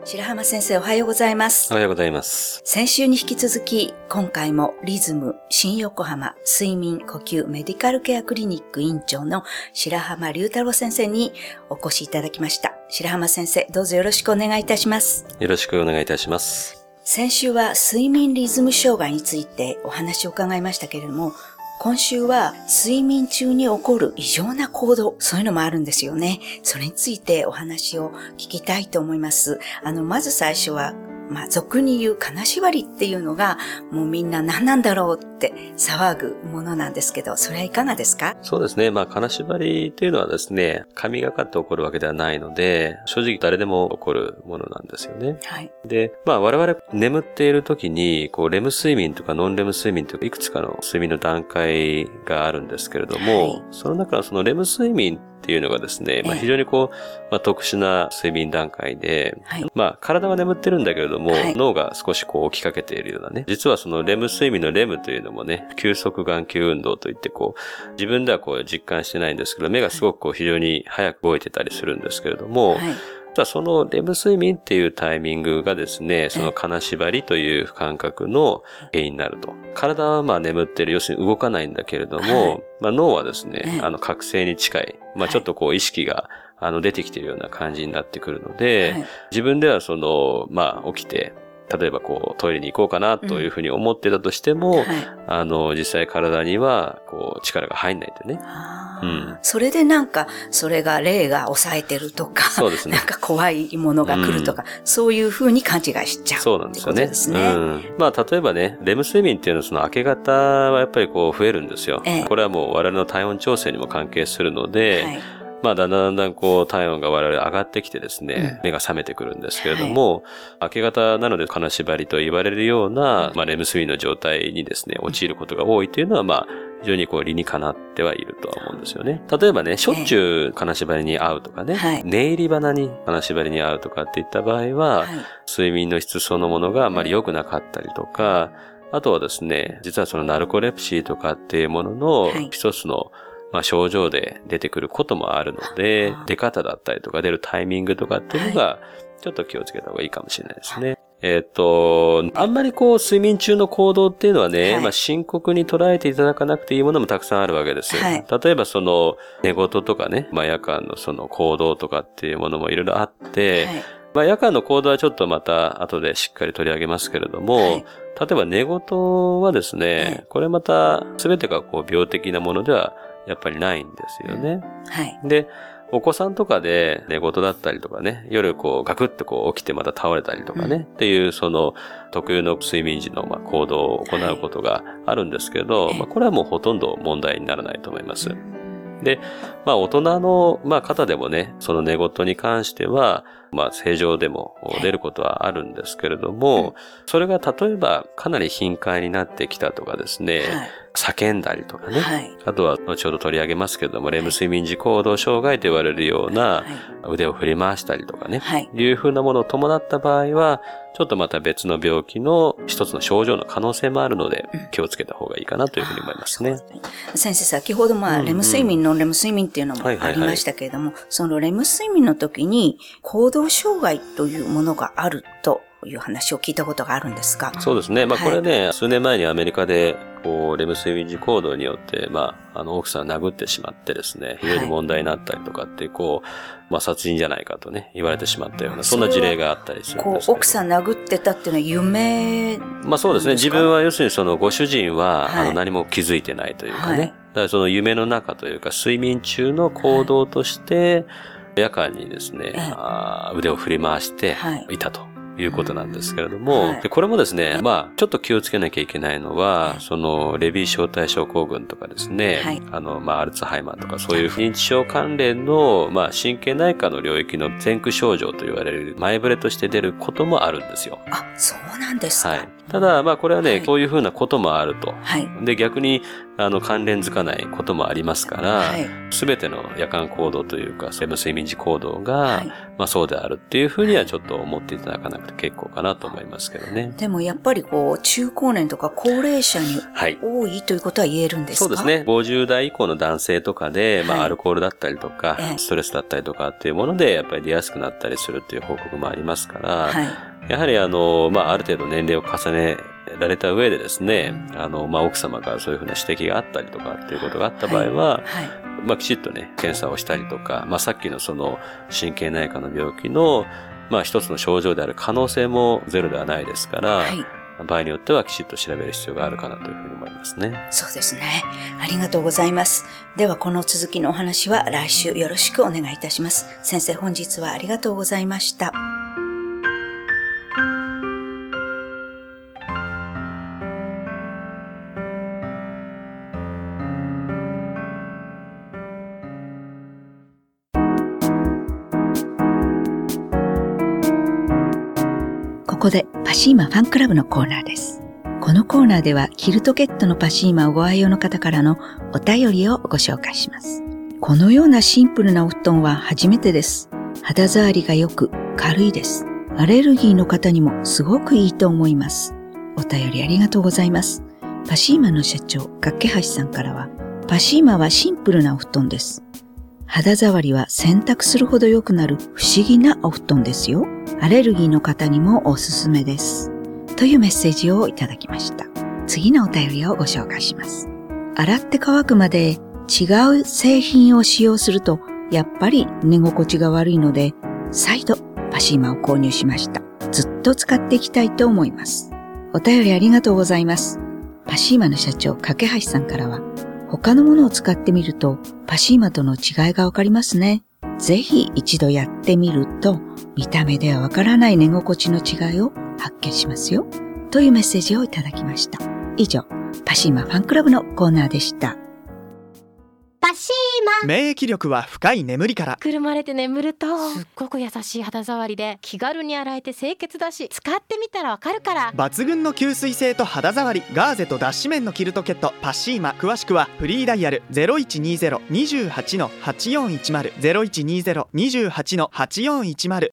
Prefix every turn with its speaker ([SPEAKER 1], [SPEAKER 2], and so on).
[SPEAKER 1] 白浜先生、おはようございます。
[SPEAKER 2] おはようございます。
[SPEAKER 1] 先週に引き続き、今回もリズム新横浜睡眠呼吸メディカルケアクリニック院長の白浜隆太郎先生にお越しいただきました。白浜先生、どうぞよろしくお願いいたします。
[SPEAKER 2] よろしくお願いいたします。
[SPEAKER 1] 先週は睡眠リズム障害についてお話を伺いましたけれども、今週は睡眠中に起こる異常な行動、そういうのもあるんですよね。それについてお話を聞きたいと思います。まず最初は、俗に言う金縛りっていうのが、もうみんな何なんだろうって騒ぐものなんですけど、それはいかがですか？
[SPEAKER 2] そうですね。金縛りっていうのはですね、神がかって起こるわけではないので、正直誰でも起こるものなんですよね。
[SPEAKER 1] はい。
[SPEAKER 2] で、我々眠っている時に、レム睡眠とかノンレム睡眠とかいくつかの睡眠の段階があるんですけれども、はい、その中のそのレム睡眠っていうのがですね、非常に特殊な睡眠段階で、はい、体は眠ってるんだけれども、はい、脳が少し起きかけているようなね、実はそのレム睡眠のレムというのもね、休息眼球運動といって自分では実感してないんですけど、目がすごく非常に早く動いてたりするんですけれども、はい、そのレム睡眠っていうタイミングがですね、その金縛りという感覚の原因になると。体は眠ってる、要するに動かないんだけれども、はい、脳はですね、覚醒に近い、ちょっと意識が出てきているような感じになってくるので、はい、自分では起きて、例えばトイレに行こうかなというふうに思ってたとしても、はい、実際体には力が入んないとね。
[SPEAKER 1] うん、それでそれが霊が抑えてるとか、
[SPEAKER 2] そうですね。
[SPEAKER 1] 怖いものが来るとか、そういう風に勘違いしちゃう。
[SPEAKER 2] そうなんですよね。例えばね、レム睡眠っていうのはその明け方はやっぱり増えるんですよ。これはもう我々の体温調整にも関係するので、はい、だんだん体温が我々上がってきてですね、目が覚めてくるんですけれども、明け方なので金縛りと言われるような、レム睡眠の状態にですね、陥ることが多いというのは、非常に理にかなってはいるとは思うんですよね。例えばね、しょっちゅう金縛りに遭うとかね、寝入り花に金縛りに遭うとかっていった場合は、睡眠の質そのものがあまり良くなかったりとか、あとはですね、実はそのナルコレプシーとかっていうものの一つの症状で出てくることもあるので、出方だったりとか出るタイミングとかっていうのが、ちょっと気をつけた方がいいかもしれないですね。あんまり睡眠中の行動っていうのはね、深刻に捉えていただかなくていいものもたくさんあるわけです。例えば寝言とかね、夜間の行動とかっていうものもいろいろあって、夜間の行動はちょっとまた後でしっかり取り上げますけれども、例えば寝言はですね、これまた全てが病的なものではやっぱりないんですよね。で、お子さんとかで寝言だったりとかね、夜ガクッと起きてまた倒れたりとかね、っていう特有の睡眠時の行動を行うことがあるんですけど、これはもうほとんど問題にならないと思います。で、大人の方でもね、その寝言に関しては、正常でも出ることはあるんですけれども、それが例えばかなり頻回になってきたとかですね、叫んだりとかね、あとは後ほど取り上げますけれども、レム睡眠時行動障害と言われるような腕を振り回したりとかね、いう風なものを伴った場合は、ちょっとまた別の病気の一つの症状の可能性もあるので、気をつけた方がいいかなというふうに思いますね。
[SPEAKER 1] 先生、先ほどレム睡眠、ノンレム睡眠っていうのもありましたけれども、そのレム睡眠の時に行動障害というものがあるという話を聞いたことがあるんですが。
[SPEAKER 2] そうですね。これね、数年前にアメリカで、レム睡眠時行動によって、奥さんを殴ってしまってですね、非常に問題になったりとかって、殺人じゃないかとね、言われてしまったような、そんな事例があったりするんですけど。
[SPEAKER 1] 奥さん殴ってたっていうのは夢
[SPEAKER 2] そうですね。自分は要するにご主人は、何も気づいてないというかね。だからその夢の中というか、睡眠中の行動として、夜間にですね、腕を振り回していたということなんですけれども、でこれもですね、ちょっと気をつけなきゃいけないのは、レビー小体症候群とかですね、アルツハイマーとかそういう認知症関連の、神経内科の領域の前駆症状と言われる前触れとして出ることもあるんですよ。
[SPEAKER 1] そうそうなんですか。
[SPEAKER 2] はい。ただ、まあこれはね、そういうふうなこともあると。
[SPEAKER 1] はい。
[SPEAKER 2] で、逆に、関連づかないこともありますから、すべての夜間行動というか、レム睡眠時行動が、まあそうであるっていうふうにはちょっと思っていただかなくて結構かなと思いますけどね。
[SPEAKER 1] でもやっぱり中高年とか高齢者に多いということは言えるんですか？
[SPEAKER 2] そうですね。50代以降の男性とかで、まあアルコールだったりとか、ストレスだったりとかっていうもので、やっぱり出やすくなったりするっていう報告もありますから、やはりまあある程度年齢を重ねられた上でですね、まあ奥様からそういうふうな指摘があったりとかっていうことがあった場合は、まあきちっとね、検査をしたりとか、まあさっきのその神経内科の病気の、まあ一つの症状である可能性もゼロではないですから、場合によってはきちっと調べる必要があるかなというふうに思いますね。
[SPEAKER 1] そうですね。ありがとうございます。ではこの続きのお話は来週よろしくお願いいたします。先生、本日はありがとうございました。ここでパシーマファンクラブのコーナーです。このコーナーではキルトケットのパシーマをご愛用の方からのお便りをご紹介します。このようなシンプルなお布団は初めてです。肌触りが良く軽いです。アレルギーの方にもすごくいいと思います。お便りありがとうございます。パシーマの社長、掛橋さんからは、パシーマはシンプルなお布団です。肌触りは洗濯するほど良くなる不思議なお布団ですよ。アレルギーの方にもおすすめです。というメッセージをいただきました。次のお便りをご紹介します。洗って乾くまで違う製品を使用すると、やっぱり寝心地が悪いので、再度パシーマを購入しました。ずっと使っていきたいと思います。お便りありがとうございます。パシーマの社長、掛橋さんからは、他のものを使ってみると、パシーマとの違いがわかりますね。ぜひ一度やってみると、見た目ではわからない寝心地の違いを発見しますよ。というメッセージをいただきました。以上、パシーマファンクラブのコーナーでした。
[SPEAKER 3] パシーマ。
[SPEAKER 4] 免疫力は深い眠りから。
[SPEAKER 3] くるまれて眠るとすっごく優しい肌触りで気軽に洗えて清潔だし、使ってみたらわかるから。
[SPEAKER 4] 抜群の吸水性と肌触り、ガーゼと脱脂綿のキルトケットパシーマ。詳しくはフリーダイヤル 0120-28-8410 0120-28-8410